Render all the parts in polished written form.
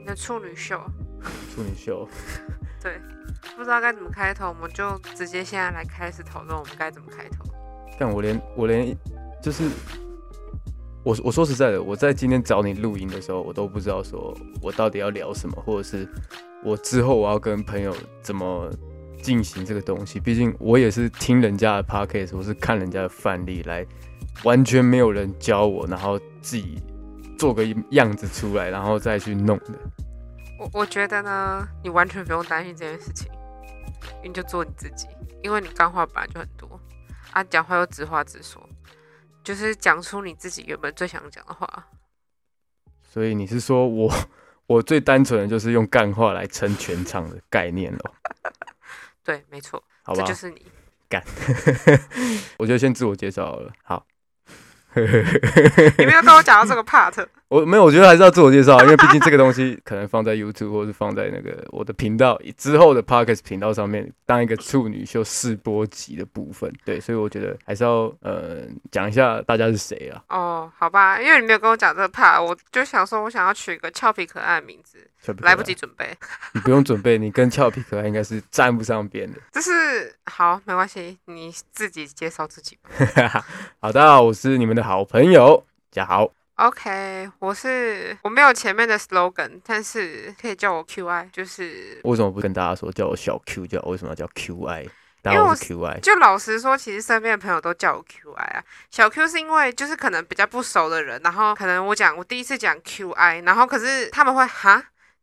的处女秀。 处女秀。 对，不知道该怎么开头，我们就直接现在来开始讨论我们该怎么开头。 但我连就是我说实在的，我在今天找你录音的时候，我都不知道说我到底要聊什么，或者是我之后我要跟朋友怎么进行这个东西。毕竟我也是听人家的 podcast， 我是看人家的范例来，完全没有人教我，然后自己做个样子出来，然后再去弄的。 我觉得呢，你完全不用担心这件事情，你就做你自己，因为你干话本来就很多啊，讲话又直话直说，就是讲出你自己原本最想讲的话。 所以你是说我最单纯的就是用干话来撑全场的概念咯？ 对，没错， 好吧， 这就是你。 干，我就先自我介绍好了。好， 你没有跟我讲到这个 part。 没有，我觉得还是要自我介绍，因为毕竟这个东西可能放在 YouTube 或是放在那个我的频道之后的 Podcast 频道上面，当一个处女秀试播集的部分。对，所以我觉得还是要讲一下大家是谁啊。 哦，好吧，因为你没有跟我讲这个 part， 我就想说我想要取一个俏皮可爱的名字，来不及准备。 你不用准备，你跟俏皮可爱应该是沾不上边的。 就是好，没关系，你自己介绍自己吧。 好，大家好，我是你们的好朋友嘉豪。 OK， 我没有前面的 slogan， 但是可以叫我 QI， 就是为什么不跟大家说叫我小 Q， 为什么要叫 QI？ 大家好，我是 QI。 就老实说，其实身边的朋友都叫我 QI 啊。小 Q 是因为就是可能比较不熟的人，然后可能我第一次讲 QI， 然后可是他们会哈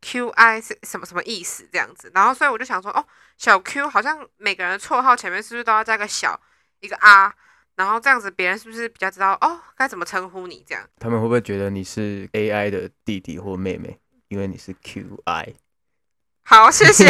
QI 是什么意思这样子，然后所以我就想说，哦，小 Q 好像每个人的绰号前面是不是都要加个小一个 R？然后这样子，别人是不是比较知道哦该怎么称呼你这样？ 他们会不会觉得你是 AI 的弟弟或妹妹，因为你是 QI？ 好，谢谢。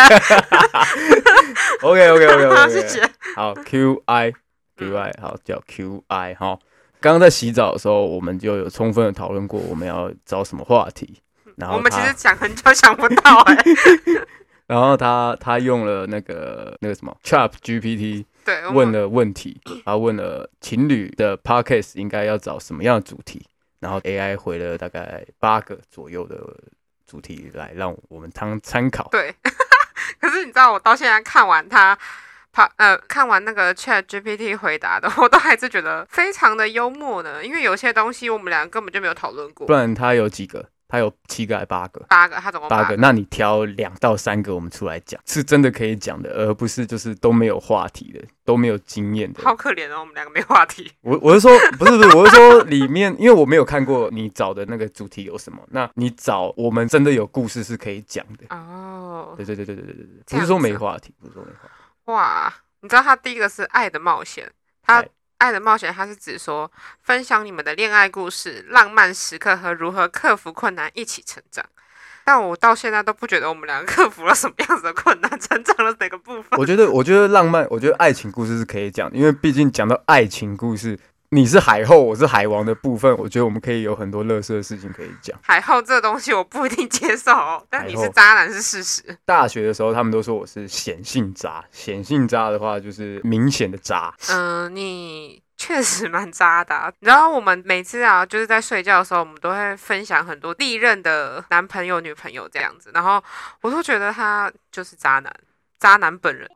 OK， 好，谢谢。 好 QI， 好叫 QI 哈。刚刚在洗澡的时候，我们就有充分的讨论过我们要找什么话题。然后我们其实讲很久想不到然后他用了那个什么 ChatGPT。 对， 问了问题，然后问了情侣的 podcast 应该要找什么样的主题，然后 AI 回了大概8个左右的主题来让我们参考。 对，可是你知道我到现在看完看完那个 ChatGPT 回答的，我都还是觉得非常的幽默呢，因为有些东西我们两个根本就没有讨论过。 不然他有几个？他有7个还8个 ？8个，他总共8个。 那你挑2到3个我们出来讲，是真的可以讲的，而不是就是都没有话题的，都没有经验的。 好可怜哦，我们两个没话题。 我是说，不是，我是说里面，因为我没有看过你找的那个主题有什么，那你找我们真的有故事是可以讲的。哦，对，不是说没话题， 哇，你知道他第一个是爱的冒险，爱的冒险，它是指说分享你们的恋爱故事、浪漫时刻和如何克服困难，一起成长。但我到现在都不觉得我们两个克服了什么样子的困难，成长了哪个部分。 我觉得浪漫，我觉得爱情故事是可以讲的，因为毕竟讲到爱情故事，你是海后，我是海王的部分，我觉得我们可以有很多垃圾的事情可以讲。 海后这个东西我不一定接受哦，但你是渣男是事实。 大学的时候他们都说我是显性渣，显性渣的话就是明显的渣。 你确实蛮渣的啊。然后我们每次啊，就是在睡觉的时候，我们都会分享很多历任的男朋友、女朋友这样子，然后我都觉得他就是渣男，渣男本人。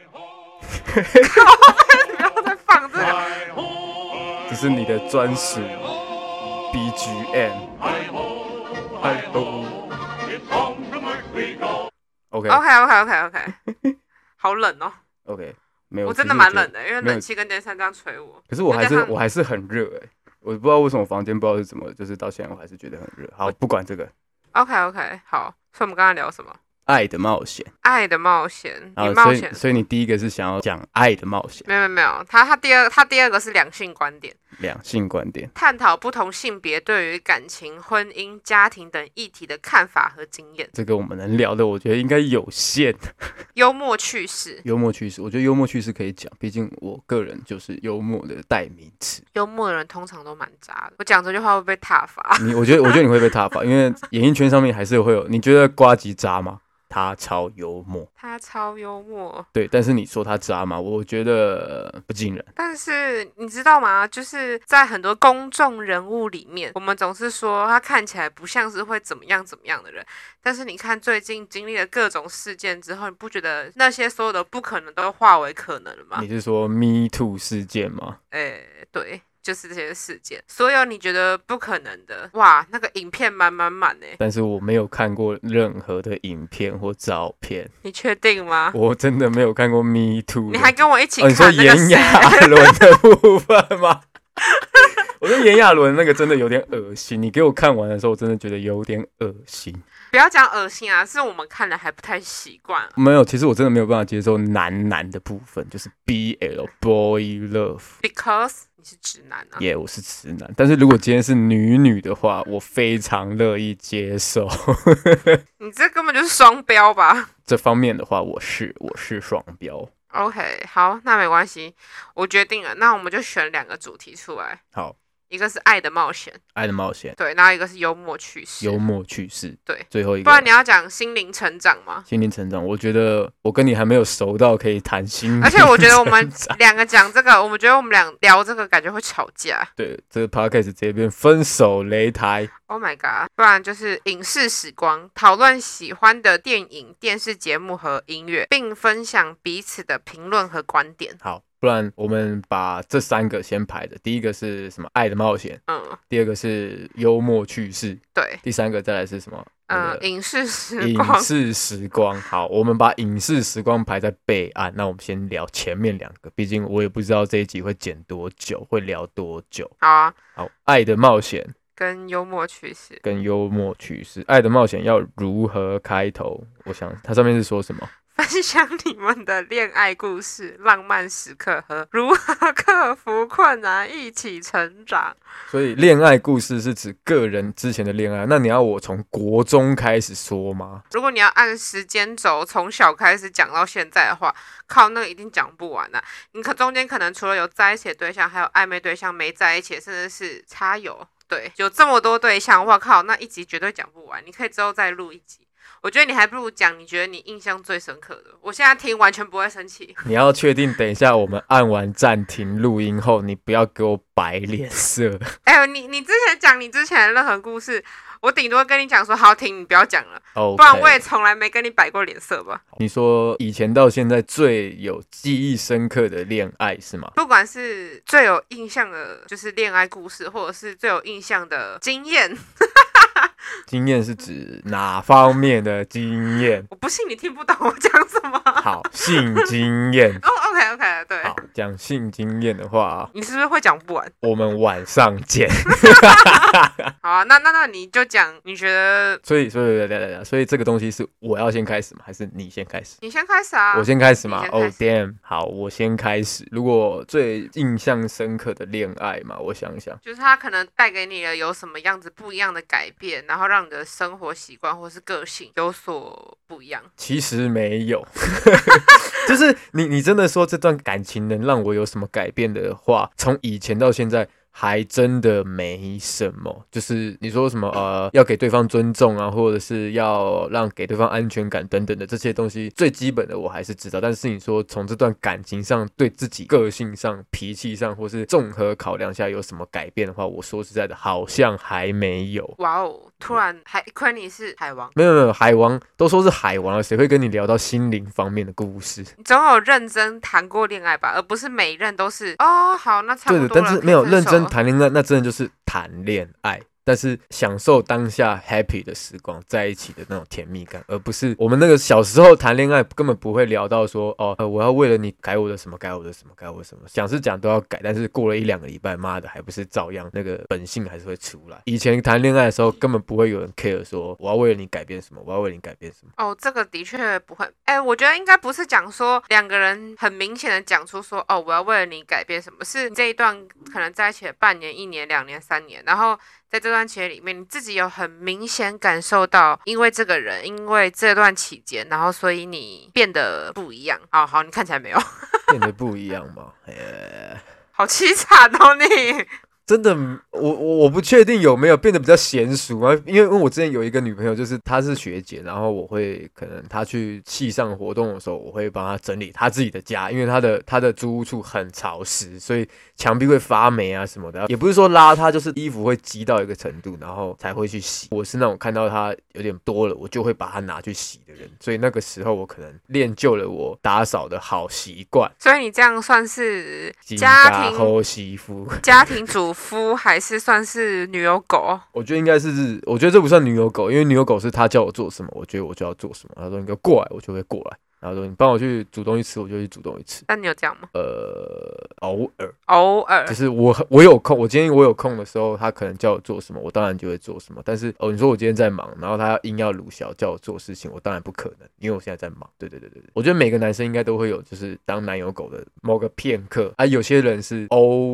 不要再放这个。 这是你的专属 BGM。OK， 好冷哦。 OK， 没有， 我真的蛮冷的，因为冷气跟电扇这样吹我。 可是我还是很热我不知道为什么房间不知道是怎么，就是到现在我还是觉得很热。好，不管这个。 OK， 好，所以我们刚才聊什么？ 爱的冒险， 爱的冒险， 所以你第一个是想要讲爱的冒险？ 没有，他第二个是两性观点， 探讨不同性别对于感情、婚姻、家庭等议题的看法和经验。 这个我们能聊的，我觉得应该有限。 幽默趣事， 我觉得幽默趣事可以讲，毕竟我个人就是幽默的代名词。 幽默的人通常都蛮渣的，我讲这句话会被挞伐。 我觉得你会被挞伐，因为演艺圈上面还是会有。你觉得呱吉渣吗？ 他超幽默。 他超幽默。 对，但是你说他渣吗？我觉得不尽然。 但是你知道吗？就是在很多公众人物里面，我们总是说他看起来不像是会怎么样怎么样的人。但是你看最近经历了各种事件之后，你不觉得那些所有的不可能都化为可能了吗？ 你是说 Me Too 事件吗？ 对。就是这些事件，所有你觉得不可能的，哇，那个影片满欸。 但是我没有看过任何的影片或照片。 你确定吗？ 我真的没有看过 Me Too。 你还跟我一起看你说炎亚纶的部分吗？我觉得炎亚纶那个真的有点恶心，你给我看完的时候，我真的觉得有点恶心。 不要讲恶心啊，是我们看了还不太习惯。 没有，其实我真的没有办法接受男的部分，就是 BL Boy Love。Because 你是直男啊？ 我是直男。但是如果今天是女的话，我非常乐意接受。 你这根本就是双标吧？ 这方面的话，我是双标。 OK， 好，那没关系，我决定了，那我们就选2个主题出来。 好。 一个是爱的冒险，对，然后一个是幽默趣事，对， 最后一个， 不然你要讲心灵成长吗？ 心灵成长，我觉得我跟你还没有熟到可以谈心灵成长， 而且我觉得我们2个讲这个，我们觉得我们俩聊这个感觉会吵架。 对，这个 podcast 直接变分手擂台。 Oh my god！ 不然就是影视时光，讨论喜欢的电影、电视节目和音乐，并分享彼此的评论和观点。 好。不然我们把这3个先排的，第一个是什么？爱的冒险。第二个是幽默趣事。 对。 第3个再来是什么？ 影视时光。 影视时光。好，我们把影视时光排在备案。那我们先聊前面2个，毕竟我也不知道这一集会剪多久，会聊多久。 好啊。 好，爱的冒险跟幽默趣事。 爱的冒险要如何开头？我想它上面是说什么？ 分享你们的恋爱故事、浪漫时刻和如何克服困难，一起成长。 所以恋爱故事是指个人之前的恋爱，那你要我从国中开始说吗？ 如果你要按时间轴从小开始讲到现在的话，靠，那个一定讲不完啊。你中间可能除了有在一起的对象，还有暧昧对象没在一起，甚至是插友，对，有这么多对象，哇靠，那一集绝对讲不完。你可以之后再录一集。我觉得你还不如讲你觉得你印象最深刻的，我现在听完全不会生气。 你要确定等一下我们按完暂停录音后，你不要给我摆脸色。 你之前讲你之前的任何故事，我顶多跟你讲说好停，你不要讲了。 Okay. 不然我也从来没跟你摆过脸色吧。 你说以前到现在最有记忆深刻的恋爱是吗？ 不管是最有印象的就是恋爱故事，或者是最有印象的经验。 经验是指哪方面的经验？ 我不信你听不懂我讲什么。 好，性经验。 OK， 对。 好，讲性经验的话， 你是不是会讲不完？ 我们晚上见。 好啊，那你就讲，你觉得？ 所以这个东西是我要先开始吗？还是你先开始？ 你先开始啊。 我先开始吗？Oh damn！ 好，我先开始。如果最印象深刻的恋爱嘛，我想想， 就是他可能带给你了有什么样子不一样的改变，然后让你的生活习惯或是个性有所不一样。 其实没有。就是你真的说这段感情能让我有什么改变的话，从以前到现在还真的没什么。就是你说什么要给对方尊重啊，或者是要给对方安全感等等的这些东西，最基本的我还是知道。但是你说从这段感情上对自己个性上脾气上或是综合考量下有什么改变的话，我说实在的好像还没有。 哇哦，突然还亏你是海王。 没有，海王都说是海王了，谁会跟你聊到心灵方面的故事？ 你总有认真谈过恋爱吧，而不是每一任都是好，那差不多了。 对的，但是没有认真谈恋爱，那真的就是谈恋爱。但是享受当下 happy 的时光，在一起的那种甜蜜感，而不是我们那个小时候谈恋爱根本不会聊到说我要为了你改我的什么，想是讲都要改，但是过了1-2个礼拜，妈的还不是照样，那个本性还是会出来。以前谈恋爱的时候根本不会有人 care 说我要为了你改变什么， 这个的确不会。我觉得应该不是讲说2个人很明显的讲出说我要为了你改变什么，是这一段可能在一起了半年、1年、2年、3年，然后在这段期间里面，你自己有很明显感受到，因为这个人，因为这段期间，然后所以你变得不一样。好，你看起来没有变得不一样吗？ 好凄惨哦你。 真的，我不确定有没有变得比较娴熟啊，因为我之前有一个女朋友，就是她是学姐，然后我会可能她去系上活动的时候，我会帮她整理她自己的家，因为她的租屋处很潮湿，所以墙壁会发霉啊什么的，也不是说邋遢，就是衣服会积到一个程度，然后才会去洗。我是那种看到它有点多了，我就会把它拿去洗的人，所以那个时候我可能练就了我打扫的好习惯。 所以你这样算是家庭主夫，还是算是女友狗？ 我觉得应该是，我觉得这不算女友狗，因为女友狗是她叫我做什么，我觉得我就要做什么。她说你给我过来，我就会过来。然后说你帮我去煮东西吃，我就去煮东西吃。 那你有这样吗？ 偶尔，就是我有空，我今天我有空的时候，他可能叫我做什么，我当然就会做什么。但是你说我今天在忙，然后他硬要鲁小叫我做事情，我当然不可能，因为我现在在忙。对，我觉得每个男生应该都会有，就是当男友狗的某个片刻啊。有些人是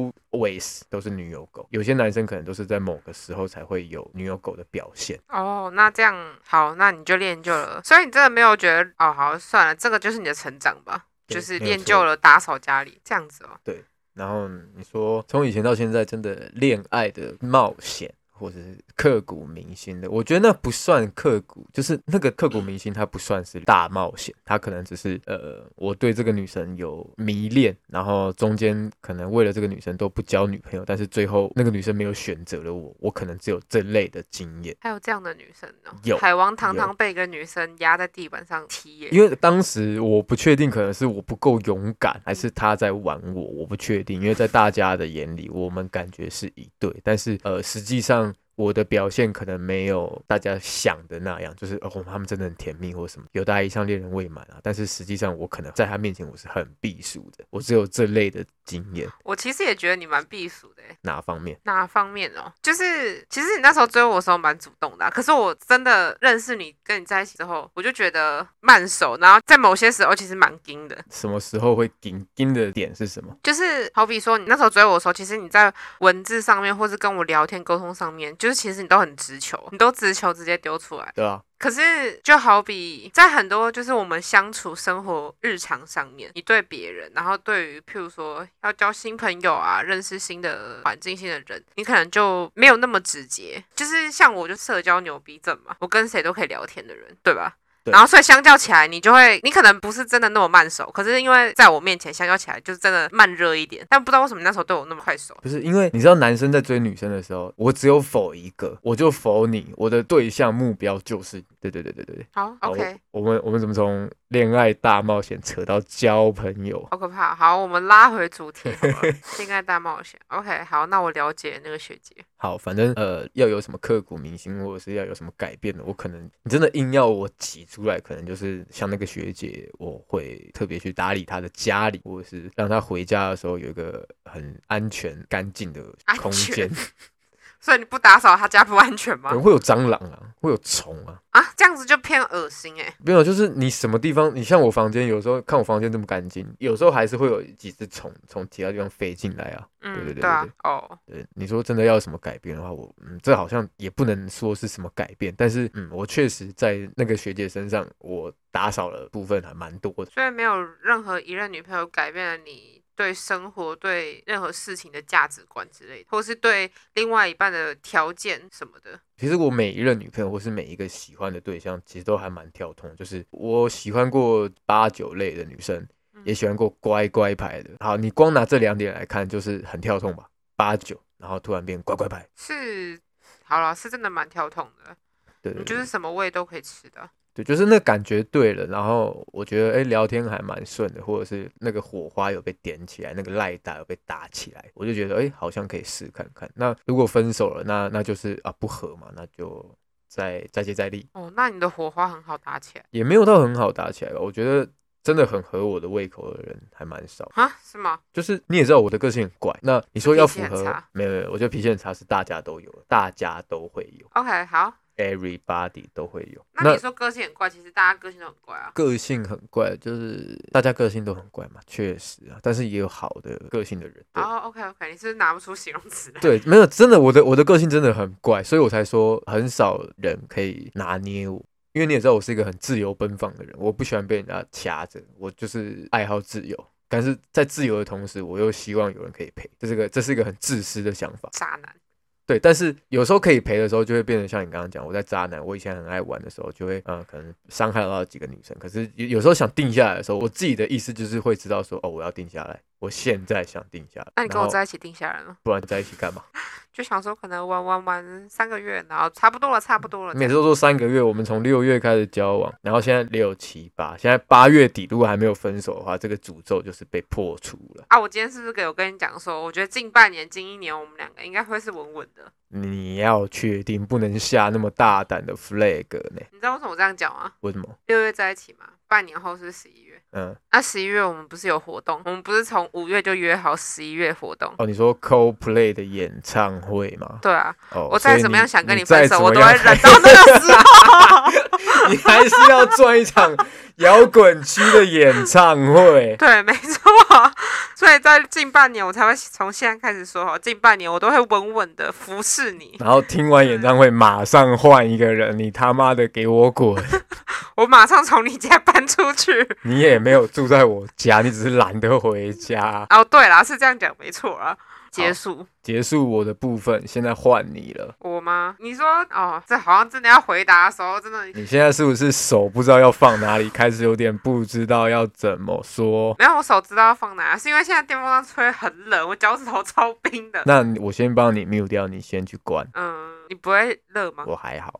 always 都是女友狗，有些男生可能都是在某个时候才会有女友狗的表现。 哦，那这样好，那你就练就了。所以你真的没有觉得好算了，这个就是你的成长吧，就是练就了打扫家里这样子哦。 对，然后你说从以前到现在，真的恋爱的冒险或者是刻骨铭心的，我觉得那不算刻骨，就是那个刻骨铭心，它不算是大冒险，它可能只是我对这个女生有迷恋，然后中间可能为了这个女生都不交女朋友，但是最后那个女生没有选择了我可能只有这类的经验。还有这样的女生哦？ 有， 海王堂堂被一个女生压在地板上踢耶。 因为当时我不确定，可能是我不够勇敢，还是她在玩我不确定，因为在大家的眼里，我们感觉是一对，但是实际上我的表现可能没有大家想的那样，就是他们真的很甜蜜或什么，有大以上恋人未满啊。但是实际上我可能在他面前我是很避暑的，我只有这类的经验。 我其实也觉得你蛮避暑的耶。 哪方面哦？就是其实你那时候追我的时候蛮主动的可是我真的认识你跟你在一起之后，我就觉得慢熟，然后在某些时候其实蛮硬的。 什么时候会硬的点是什么？ 就是好比说你那时候追我的时候，其实你在文字上面或是跟我聊天沟通上面，就是其实你都很直球，你都直球直接丢出来。 对啊。 可是就好比在很多就是我们相处生活日常上面，你对别人，然后对于譬如说要交新朋友啊，认识新的环境新的人，你可能就没有那么直接。就是像我就社交牛逼症嘛，我跟谁都可以聊天的人，对吧？然后所以相较起来，你可能不是真的那么慢熟，可是因为在我面前相较起来就是真的慢热一点。但不知道为什么那时候对我那么快熟。 不是因为你知道男生在追女生的时候，我只有否一个，我就否你，我的对象目标就是对。 好 ，OK。 我们怎么从恋爱大冒险扯到交朋友？ 好可怕。好，我们拉回主题好了。恋爱大冒险 ，OK。好，那我了解那个学姐。 好，反正要有什么刻骨铭心，或者是要有什么改变的，我可能你真的硬要我挤出来，可能就是像那个学姐，我会特别去打理她的家里，或者是让她回家的时候有一个很安全干净的空间。 所以你不打扫他家不安全吗？ 会有蟑螂啊，会有虫啊。 这样子就偏恶心没有，就是你什么地方，你像我房间，有时候看我房间这么干净，有时候还是会有几只虫从其他地方飞进来啊。对啊。 对，你说真的要有什么改变的话，这好像也不能说是什么改变，但是我确实在那个学姐身上，我打扫的部分还蛮多的。 所以没有任何一任女朋友改变了你对生活、对任何事情的价值观之类的，或是对另外一半的条件什么的。 其实我每一任女朋友或是每一个喜欢的对象，其实都还蛮跳通，就是我喜欢过8、9类的女生，也喜欢过乖乖牌的。好，你光拿这2点来看，就是很跳通吧，8、9，然后突然变乖乖牌， 是，好了，是真的蛮跳通的。 对， 你就是什么味都可以吃的。 对，就是那感觉对了，然后我觉得聊天还蛮顺的，或者是那个火花有被点起来，那个赖打有被打起来，我就觉得好像可以试看看。那如果分手了，那就是不合嘛，那就再接再厉。 那你的火花很好打起来？ 也没有到很好打起来吧，我觉得真的很合我的胃口的人还蛮少。 是吗？ 就是你也知道我的个性很怪，那你说要符合，没有，我觉得脾气很差是大家都有，大家都会有。 OK， 好。 Everybody 都会有。 那你说个性很怪，其实大家个性都很怪啊。 个性很怪，就是大家个性都很怪嘛，确实啊。但是也有好的个性的人。 OK， 你是不是拿不出形容词来？ 对，没有，真的，我的个性真的很怪，所以我才说很少人可以拿捏我。因为你也知道我是一个很自由奔放的人，我不喜欢被人家掐着，我就是爱好自由。 但是在自由的同时，我又希望有人可以陪，这是一个很自私的想法。 渣男。 对，但是有时候可以陪的时候，就会变成像你刚刚讲，我在渣男，我以前很爱玩的时候，就会可能伤害到几个女生。可是有时候想定下来的时候，我自己的意思就是会知道说，哦，我要定下来，我现在想定下来。 那你跟我在一起定下来了？ 不然在一起干嘛？ 就想说可能玩3个月，然后差不多了。 每次都说3个月，我们从6月开始交往，然后现在6、7、8，现在8月底如果还没有分手的话，这个诅咒就是被破除了啊！我今天是不是有跟你讲说，我觉得近半年、近1年，我们2个应该会是稳稳的。 你要确定，不能下那么大胆的 flag 呢？ 你知道为什么我这样讲吗？ 为什么 ？6月在一起嘛，半年后是11月。那11月我们不是有活动？我们不是从5月就约好11月活动？ 哦，你说 Coldplay 的演唱会吗？ 对啊。 哦， 我再怎么样想跟你分手，我都会忍到那个时候。 你还是要赚一场摇滚区的演唱会。 对，没错。所以在近半年，我才会从现在开始说好，近半年我都会稳稳的服侍你。 然后听完演唱会，马上换一个人，你他妈的给我滚！ 我马上从你家搬出去。 你也没有住在我家，你只是懒得回家。 哦，对啦，是这样讲没错啦。结束我的部分，现在换你了。 我吗？你说哦，这好像真的要回答的时候，真的。 你现在是不是手不知道要放哪里，开始有点不知道要怎么说？ 没有，我手知道要放哪，是因为现在电风扇吹很冷，我脚趾头超冰的。 那我先帮你 mute 掉，你先去关。 你不会热吗？ 我还好。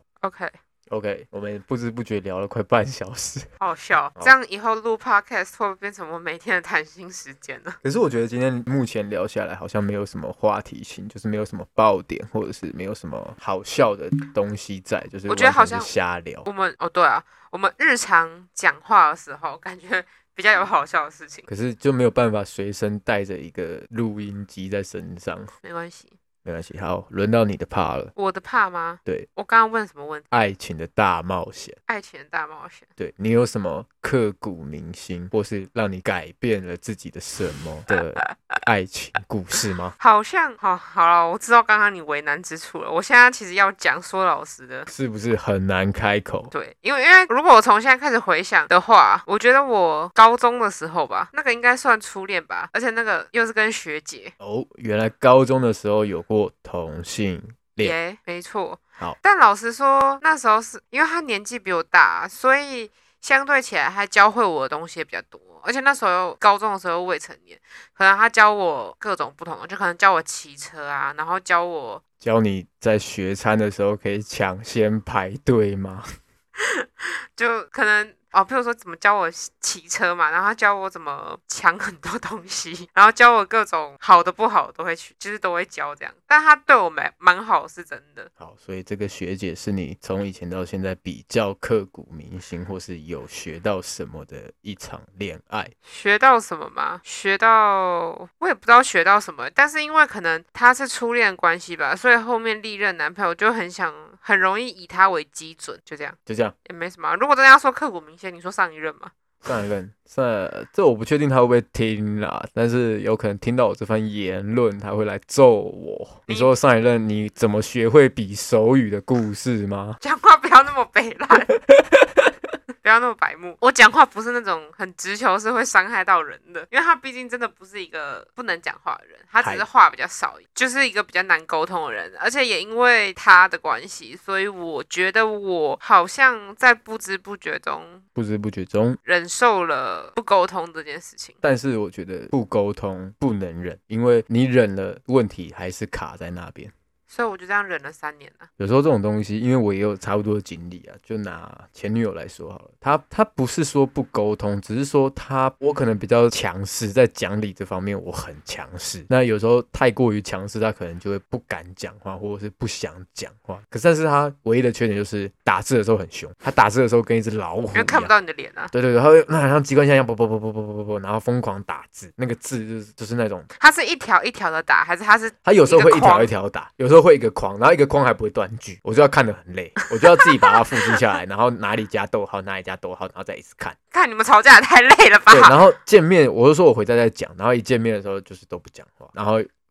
OK， 我们不知不觉聊了快半小时， 好笑。这样以后录 podcast 会不会变成我每天的谈心时间呢？ 可是我觉得今天目前聊下来，好像没有什么话题性，就是没有什么爆点，或者是没有什么好笑的东西在，就是我觉得好像瞎聊。 对啊，我们日常讲话的时候，感觉比较有好笑的事情， 可是就没有办法随身带着一个录音机在身上。 没关系。 好，轮到你的怕了。 我的怕吗？ 对， 我刚刚问什么问题？ 爱情的大冒险。 对， 你有什么刻骨铭心，或是让你改变了自己的什么的爱情故事吗？ 好像好了，我知道刚刚你为难之处了。我现在其实要讲，说老实的， 是不是很难开口？ 对，因为如果我从现在开始回想的话，我觉得我高中的时候吧，那个应该算初恋吧，而且那个又是跟学姐。 哦，原来高中的时候有过同性恋。 没错。 好， 但老实说，那时候是因为他年纪比我大，所以相对起来他教会我的东西也比较多。而且那时候高中的时候未成年，可能他教我各种不同的，就可能教我骑车啊，然后教你在学餐的时候可以抢先排队吗？ 就可能譬如说怎么教我骑车嘛，然后他教我怎么抢很多东西，然后教我各种好的不好的都会就是都会教这样。但他对我蛮好，是真的。 好，所以这个学姐是你从以前到现在比较刻骨铭心，或是有学到什么的一场恋爱。 学到什么吗？我也不知道学到什么，但是因为可能他是初恋关系吧，所以后面历任男朋友就很容易以他为基准，就这样也没什么。如果真的要说刻骨铭心，你说上一任吗？ 上一任，这我不确定他会不会听啦，但是有可能听到我这番言论，他会来揍我。你说上一任你怎么学会比手语的故事吗？ 讲话不要那么北烂。不要那么白目，我讲话不是那种很直球，是会伤害到人的，因为他毕竟真的不是一个不能讲话的人，他只是话比较少，就是一个比较难沟通的人，而且也因为他的关系，所以我觉得我好像在不知不觉中忍受了不沟通这件事情。 但是我觉得不沟通不能忍，因为你忍了，问题还是卡在那边。 所以我就这样忍了3年了。 有时候这种东西，因为我也有差不多的经历啊，就拿前女友来说好了，她不是说不沟通，只是说我可能比较强势，在讲理这方面我很强势。那有时候太过于强势，她可能就会不敢讲话，或者是不想讲话。但是她唯一的缺点就是打字的时候很凶，她打字的时候跟一只老虎一样， 因为看不到你的脸啊。 对，她会那好像机关枪一样，啵，然后疯狂打字，那个字就是那种。 她是一条一条的打，还是她有时候会一条一条打，有时候会一个框，然后一个框还不会断句，我就要看得很累，我就要自己把它复制下来，然后哪里加逗号，哪里加逗号，然后再一次看。 看你们吵架也太累了吧？ 对，然后见面我就说我回家再讲，然后一见面的时候就是都不讲话，然后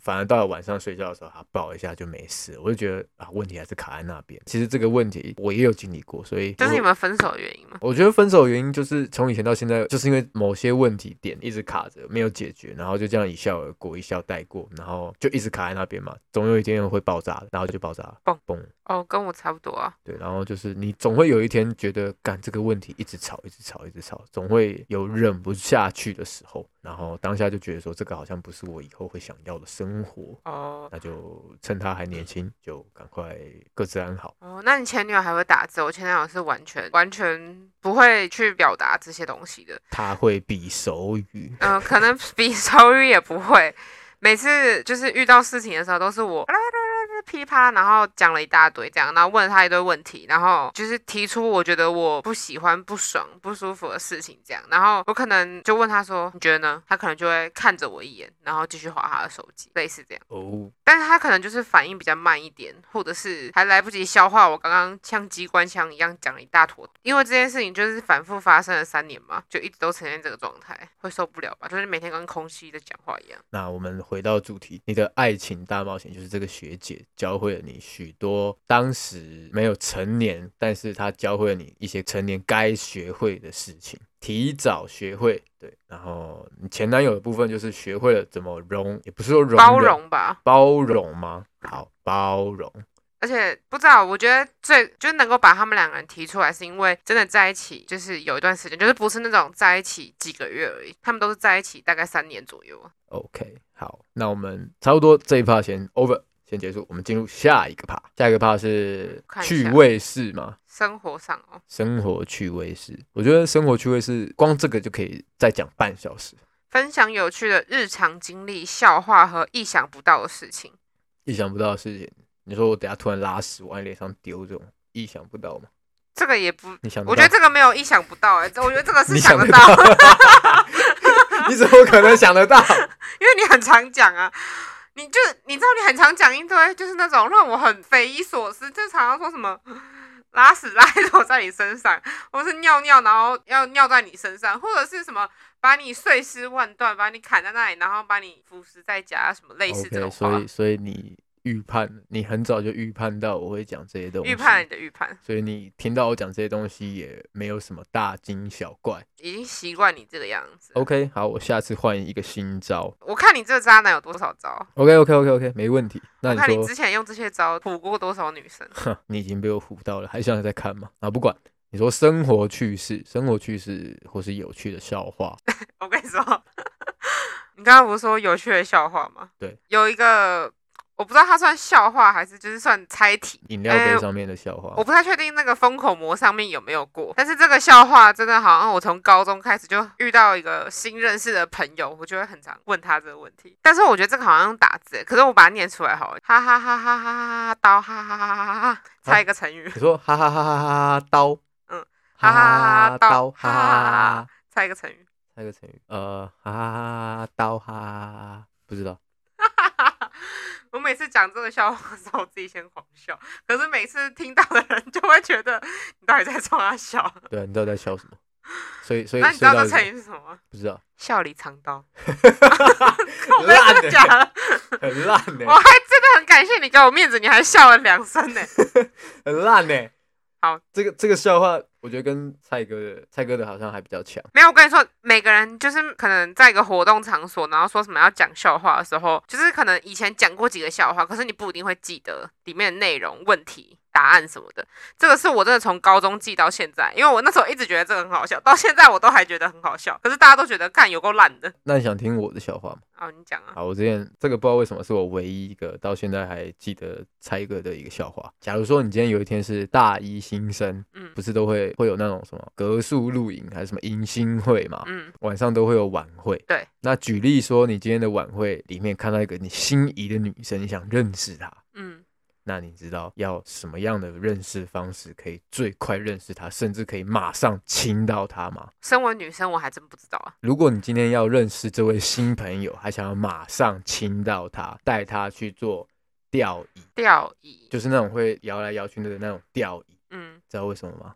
反而到了晚上睡觉的时候，抱一下就没事。我就觉得问题还是卡在那边。其实这个问题我也有经历过，所以这是你们分手的原因吗？ 我觉得分手的原因就是从以前到现在，就是因为某些问题点一直卡着没有解决，然后就这样一笑而过，一笑带过，然后就一直卡在那边嘛，总有一天会爆炸的，然后就爆炸了， 嘣嘣。 哦，跟我差不多啊。 对，然后就是你总会有一天觉得，干这个问题一直吵，一直吵，一直吵，总会有忍不下去的时候，然后当下就觉得说，这个好像不是我以后会想要的生活，那就趁他还年轻，就赶快各自安好。 那你前女友还会打字？我前男友是完全不会去表达这些东西的。 他会比手语， 可能比手语也不会。每次就是遇到事情的时候，都是我噼里啪啦，然后讲了一大堆这样，然后问了他一堆问题，然后就是提出我觉得我不喜欢、不爽、不舒服的事情这样，然后我可能就问他说你觉得呢？他可能就会看着我一眼，然后继续滑他的手机，类似这样。但是他可能就是反应比较慢一点，或者是还来不及消化我刚刚像机关枪一样讲了一大坨。因为这件事情就是反复发生了3年嘛，就一直都呈现这个状态，会受不了吧？就是每天跟空气在讲话一样。 那我们回到主题，你的爱情大冒险就是这个学姐教会了你许多当时没有成年，但是她教会了你一些成年该学会的事情，提早学会。对，然后你前男友的部分就是学会了怎么容，也不是说容忍， 包容吧？ 包容吗？好，包容。 而且不知道，我觉得就是能够把他们2个人提出来，是因为真的在一起，就是有一段时间，就是不是那种在一起几个月而已，他们都是在一起大概3年左右。 OK， 好，那我们差不多这一 part 先 over， 先结束，我们进入下一个 part。下一个 part 是趣味事嘛？ 生活上生活趣味事，我觉得生活趣味事光这个就可以再讲半小时。 分享有趣的日常经历、笑话和意想不到的事情。 意想不到的事情，你说我等下突然拉屎往你脸上丢，这种意想不到吗？ 这个也不， 你想得到？ 我觉得这个没有意想不到我觉得这个是想得到。 你怎么可能想得到？ 因为你很常讲啊，你知道你很常讲一堆，就是那种让我很匪夷所思，就常常说什么拉屎拉到在你身上，或是尿尿然后要尿在你身上，或者是什么把你碎尸万段，把你砍在那里，然后把你腐蚀在家，什么类似这种话。 所以你预判，你很早就预判到我会讲这些东西， 预判你的预判， 所以你听到我讲这些东西也没有什么大惊小怪， 已经习惯你这个样子。 OK， 好，我下次换一个新招。 我看你这个渣男有多少招 ？OK， 没问题。那你说， 我看你之前用这些招唬过多少女生？ 你已经被我唬到了，还想再看吗？不管。你说生活趣事或是有趣的笑话， 我跟你说，你刚刚不是说有趣的笑话吗？ 对， 有一个。我不知道它算笑话还是就是算猜题， 饮料杯上面的笑话， 我不太确定那个封口膜上面有没有过，但是这个笑话真的好像我从高中开始就遇到一个新认识的朋友，我就会很常问他这个问题，但是我觉得这个好像用打字，可是我把它念出来好了，哈哈哈哈哈哈刀，哈哈哈哈哈哈，猜一个成语。 你说哈哈哈哈哈哈刀， 哈哈哈哈刀， 哈哈， 猜一个成语， 哈哈哈刀，哈，不知道。 我每次讲这个笑话的时候，我自己先狂笑，可是每次听到的人就会觉得你到底在冲他笑？ 对啊，你到底在笑什么？所以那你知道这成语是什么吗？ 不知道。 笑里藏刀。 烂的， 假的， 很烂的。 我还真的很感谢你给我面子，你还笑了2声呢。 很烂呢。 好， 这个笑话，我觉得跟蔡哥的好像还比较强。 没有，我跟你说，每个人就是可能在一个活动场所，然后说什么要讲笑话的时候，就是可能以前讲过几个笑话，可是你不一定会记得里面的内容、问题、答案什么的。这个是我真的从高中记到现在，因为我那时候一直觉得这个很好笑，到现在我都还觉得很好笑，可是大家都觉得干有够烂的。 那你想听我的笑话吗？ 哦，你讲啊。 好，我之前这个不知道为什么是我唯一一个到现在还记得蔡哥的一个笑话。假如说你今天有一天是大一新生，不是都会有那种什么格数露营还是什么迎新会嘛，晚上都会有晚会。 对， 那举例说你今天的晚会里面看到一个你心仪的女生，你想认识她，那你知道要什么样的认识方式可以最快认识她，甚至可以马上亲到她吗？ 身为女生我还真不知道啊。 如果你今天要认识这位新朋友，还想要马上亲到她，带她去做吊椅， 吊椅就是那种会摇来摇去的那种吊椅， 知道为什么吗？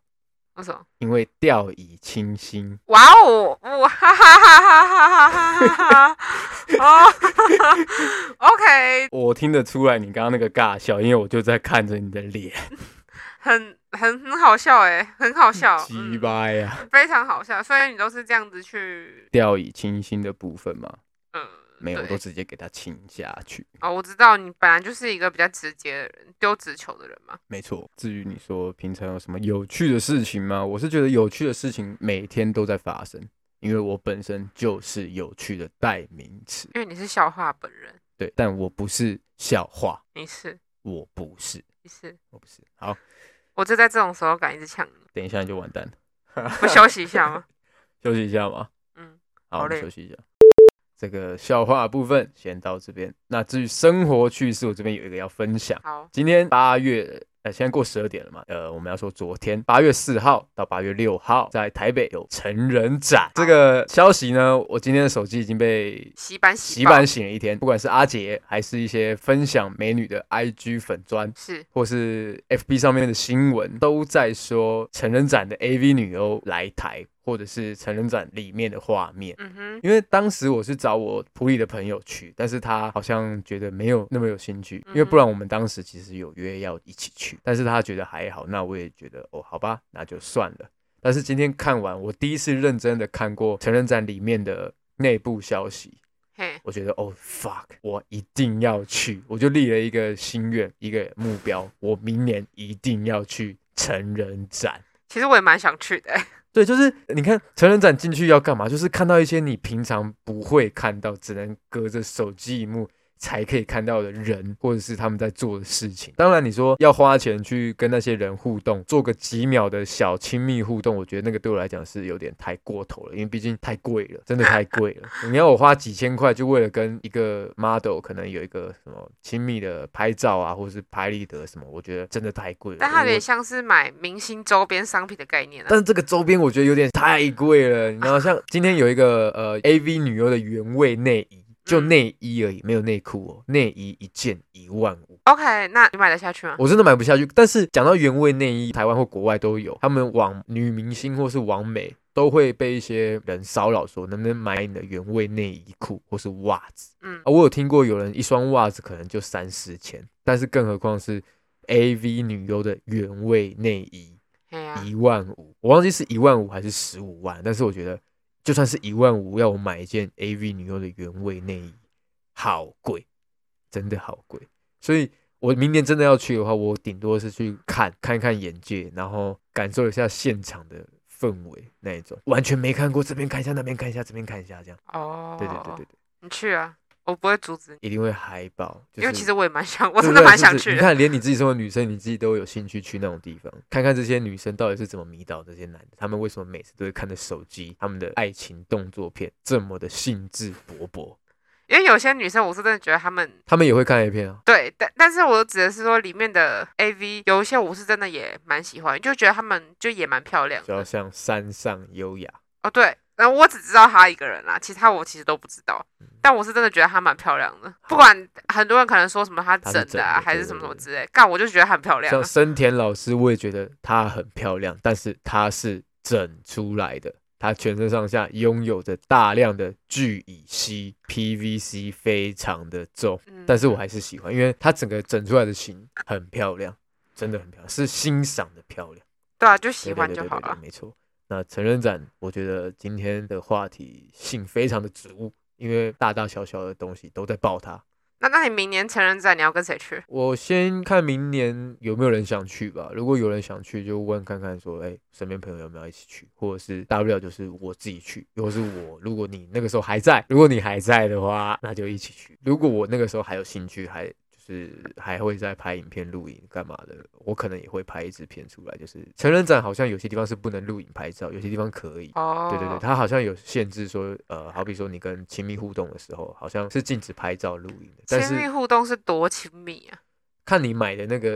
为什么？ 因为掉以轻心。 哇哦，哇哈哈哈哈哈哈哈哈！哦，OK， 我听得出来你刚刚那个尬笑，因为我就在看着你的脸。 很好笑哎，很好笑， 鸡掰呀！ 非常好笑。所以你都是这样子去掉以轻心的部分嘛，没有， 对我都直接给它亲下去。 哦，我知道你本来就是一个比较直接的人，丢直球的人嘛。 没错。至于你说平常有什么有趣的事情吗？我是觉得有趣的事情每天都在发生，因为我本身就是有趣的代名词。 因为你是笑话本人。 对，但我不是笑话。 你是。 我不是。 你是。 我不是。好。 我就在这种时候敢一直抢你。 等一下你就完蛋了。 不休息一下吗？ 休息一下吗？好，我们休息一下。这个笑话部分先到这边。那至于生活趣事，我这边有一个要分享。 好， 今天8月，现在过12点了嘛？我们要说昨天8月4号到8月6号，在台北有成人展。这个消息呢，我今天的手机已经被洗版醒了一天。不管是阿杰，还是一些分享美女的 IG 粉专，或是 FB 上面的新闻，都在说成人展的 AV 女优来台。或者是成人展里面的画面，因为当时我是找我普里的朋友去，但是他好像觉得没有那么有兴趣，因为不然我们当时其实有约要一起去，但是他觉得还好，那我也觉得哦，好吧，那就算了。但是今天看完，我第一次认真的看过成人展里面的内部消息，我觉得哦 fuck， 我一定要去，我就立了一个心愿，一个目标，我明年一定要去成人展。 其实我也蛮想去的。 对，就是你看成人展进去要干嘛？就是看到一些你平常不会看到，只能隔着手机萤幕才可以看到的人，或者是他们在做的事情。当然，你说要花钱去跟那些人互动，做个几秒的小亲密互动，我觉得那个对我来讲是有点太过头了，因为毕竟太贵了，真的太贵了。你要我花几千块，就为了跟一个 model 可能有一个什么亲密的拍照啊，或者是拍立得什么，我觉得真的太贵了。 但它有点像是买明星周边商品的概念但是这个周边我觉得有点太贵了，你知道，像今天有一个AV 女优的原味内衣。就内衣而已，没有内裤哦。内衣一件15000。 OK， 那你买得下去吗？ 我真的买不下去。但是讲到原味内衣，台湾或国外都有，他们网女明星或是网美都会被一些人骚扰说，能不能买你的原味内衣裤或是袜子？我有听过有人一双袜子可能就3-4千，但是更何况是 AV 女优的原味内衣，15000，我忘记是15000还是15万，但是我觉得。就算是15000，要我买一件 AV 女优的原味内衣，好贵，真的好贵。所以我明年真的要去的话，我顶多是去看一看眼界，然后感受一下现场的氛围那一种，完全没看过，这边看一下，那边看一下，这边看一下，这样。哦，对， 你去啊。我不会阻止你， 一定会嗨爆， 因为其实我也蛮想，我真的蛮想去的。 你看，连你自己身为女生，你自己都有兴趣去那种地方，看看这些女生到底是怎么迷倒这些男的，他们为什么每次都会看着手机，他们的爱情动作片这么的兴致勃勃。 因为有些女生，我是真的觉得他们也会看 A 片啊。 对，但是我指的是说里面的 AV 有一些我是真的也蛮喜欢，就觉得他们就也蛮漂亮的， 就要像山上优雅。 哦，对。然后我只知道她一个人啦，其他我其实都不知道。但我是真的觉得她蛮漂亮的，不管很多人可能说什么她整的啊，还是什么什么之类，干我就觉得她很漂亮。 像森田老师，我也觉得她很漂亮，但是她是整出来的，她全身上下拥有着大量的聚乙烯 PVC， 非常的重，但是我还是喜欢，因为她整个整出来的型很漂亮，真的很漂亮，是欣赏的漂亮。 对啊，就喜欢就好了。 没错。那成人展，我觉得今天的话题性非常的足，因为大大小小的东西都在爆它。 那你明年成人展你要跟谁去？ 我先看明年有没有人想去吧。如果有人想去，就问看看说，身边朋友有没有一起去，或者是大不了就是我自己去，或是我，如果你那个时候还在，如果你还在的话，那就一起去。如果我那个时候还有兴趣，还会再拍影片录影干嘛的，我可能也会拍一支片出来。就是成人展好像有些地方是不能录影拍照，有些地方可以。对，它好像有限制说，好比说你跟亲密互动的时候，好像是禁止拍照录影的。但是亲密互动是多亲密啊？ 看你买的那个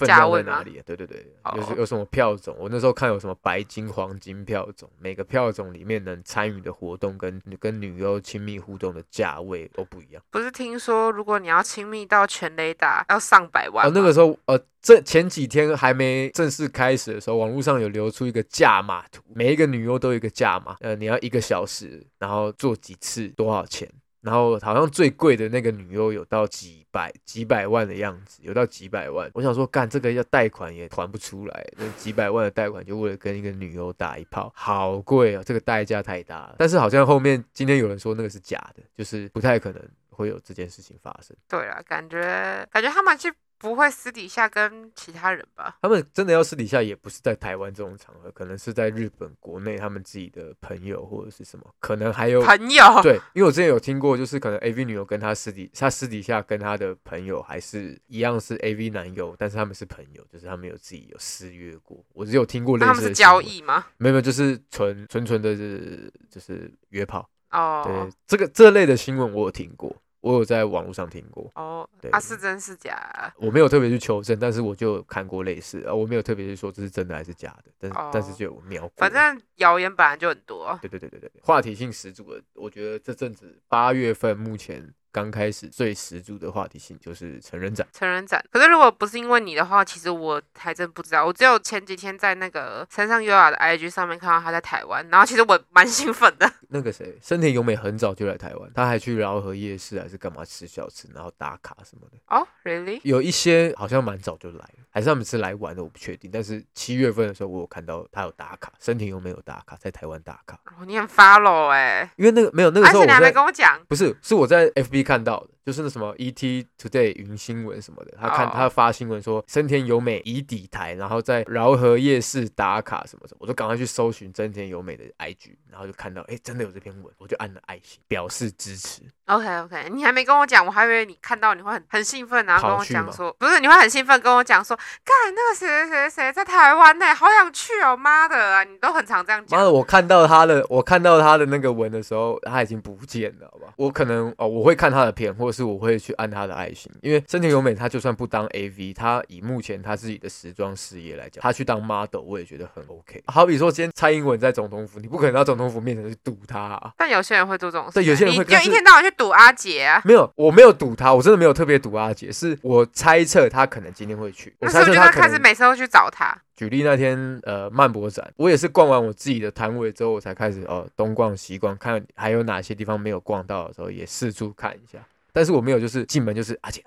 分价位吗？ 量在哪里？对对对，有什么票种？我那时候看有什么白金、黄金票种，每个票种里面能参与的活动跟女优亲密互动的价位都不一样。 不是听说如果你要亲密到全雷打要上百万吗？ 那个时候这前几天还没正式开始的时候，网络上有流出一个价码图，每一个女优都有一个价码，你要1个小时，然后做几次多少钱？然后好像最贵的那个女优有到几百万的样子，有到几百万。我想说，干这个要贷款也还不出来，那几百万的贷款就为了跟一个女优打一炮，好贵啊！这个代价太大了。但是好像后面今天有人说那个是假的，就是不太可能会有这件事情发生。 对啦，感觉他们去不会私底下跟其他人吧？ 他们真的要私底下，也不是在台湾这种场合，可能是在日本国内他们自己的朋友或者是什么，可能还有朋友。 对，因为我之前有听过，就是可能 AV 女友跟他私底下跟他的朋友还是一样是 AV 男友，但是他们是朋友，就是他们自己有私约过。我只有听过类似的。 他们是交易吗？ 没有，就是纯的，就是约炮。 哦， 对，这类的新闻我有听过。我有在网络上听过是真是假？ 我没有特别去求证，但是我就有看过类似我没有特别去说这是真的还是假的，但是就有瞄过。 反正谣言本来就很多。 对，话题性十足的，我觉得这阵子8月份目前刚开始最十足的话题性就是成人展。 可是如果不是因为你的话，其实我还真不知道。我只有前几天在那个山上优雅的 IG 上面看到他在台湾，然后其实我蛮兴奋的。 那个谁，深田由美很早就来台湾，他还去饶河夜市还是干嘛吃小吃，然后打卡什么的。 Really？ 有一些好像蛮早就来了，还是他们是来玩的，我不确定。但是7月份的时候，我有看到他有打卡，深田由美有打卡，在台湾打卡。 你很 follow 因为没有那个时候而且你还没跟我讲， 不是我在 FB 看到的，就是那什么 ET Today 云新闻什么的，他发新闻说深田由美已抵台，然后在饶河夜市打卡什么什么，我就赶快去搜寻深田由美的 IG， 然后就看到真的有这篇文，我就按了爱心表示支持。 OK， 你还没跟我讲，我还以为你看到你会很兴奋，然后跟我讲说，不是你会很兴奋跟我讲说，干那个谁在台湾呢，好想去哦，妈的啊，你都很常这样讲。 妈的，我看到他的那个文的时候，他已经不见了，好吧？我可能我会看他的片，或者是我会去按他的爱心，因为深田由美他就算不当 AV， 他以目前他自己的时装事业来讲，他去当 model， 我也觉得很 OK。好比说今天蔡英文在总统府，你不可能到总统府面前去堵他啊。 但有些人会做这种事， 对，有些人会， 你就一天到晚去堵阿杰啊。 没有，我没有堵他，我真的没有特别堵阿杰，是我猜测他可能今天会去。 那是不是就会开始每次都去找他？ 举例那天漫博展，我也是逛完我自己的摊位之后，我才开始东逛西逛，看还有哪些地方没有逛到的时候，也四处看一下。但是我没有就是进门就是阿姐。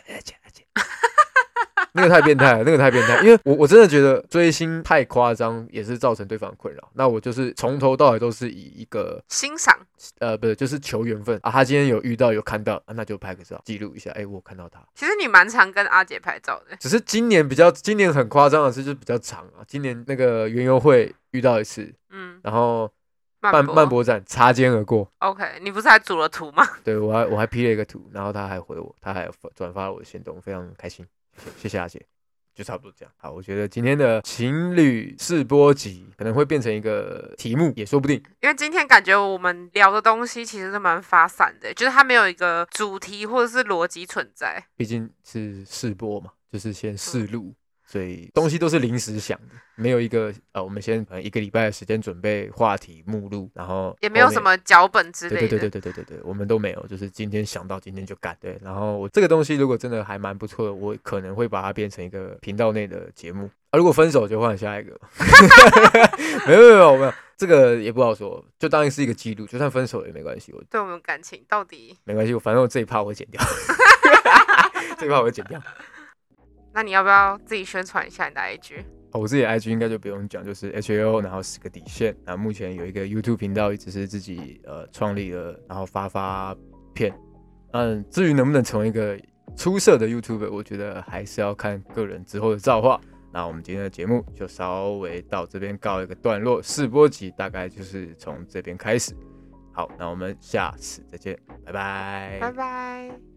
那个太变态了，因为我真的觉得追星太夸张，也是造成对方的困扰。那我就是从头到尾都是以一个欣赏， 不是，就是求缘分啊。他今天有遇到有看到那就拍个照记录一下。我看到他。其实你蛮常跟阿姐拍照的， 只是今年很夸张的是，就是比较长啊。今年那个园游会遇到一次，然后漫博展擦肩而过。 OK， 你不是还组了图吗？ 对，我还 P 了一个图，然后他还回我，他还转发了我的限动，非常开心。谢谢阿姐，就差不多这样。好，我觉得今天的情侣试播集可能会变成一个题目，也说不定。 因为今天感觉我们聊的东西其实是蛮发散的，就是它没有一个主题或者是逻辑存在。 毕竟是试播嘛，就是先试录。所以东西都是临时想的，没有一个我们先可能1个礼拜的时间准备话题目录，然后也没有什么脚本之类的。对，我们都没有，就是今天想到今天就干。对，然后我这个东西如果真的还蛮不错的，我可能会把它变成一个频道内的节目。如果分手就换下一个。没有，这个也不好说，就当是一个记录，就算分手也没关系。 对我们感情到底没关系，反正我这一趴我会剪掉。这一趴我会剪掉。 那你要不要自己宣传一下你的 IG？ 我自己的 IG 应该就不用讲，就是 HAO， 然后10个底线。然后目前有一个 YouTube 频道，一直是自己创立了，然后发片。至于能不能成为一个出色的 YouTuber， 我觉得还是要看个人之后的造化。那我们今天的节目就稍微到这边告一个段落，试播集大概就是从这边开始。好，那我们下次再见，拜拜， 拜拜。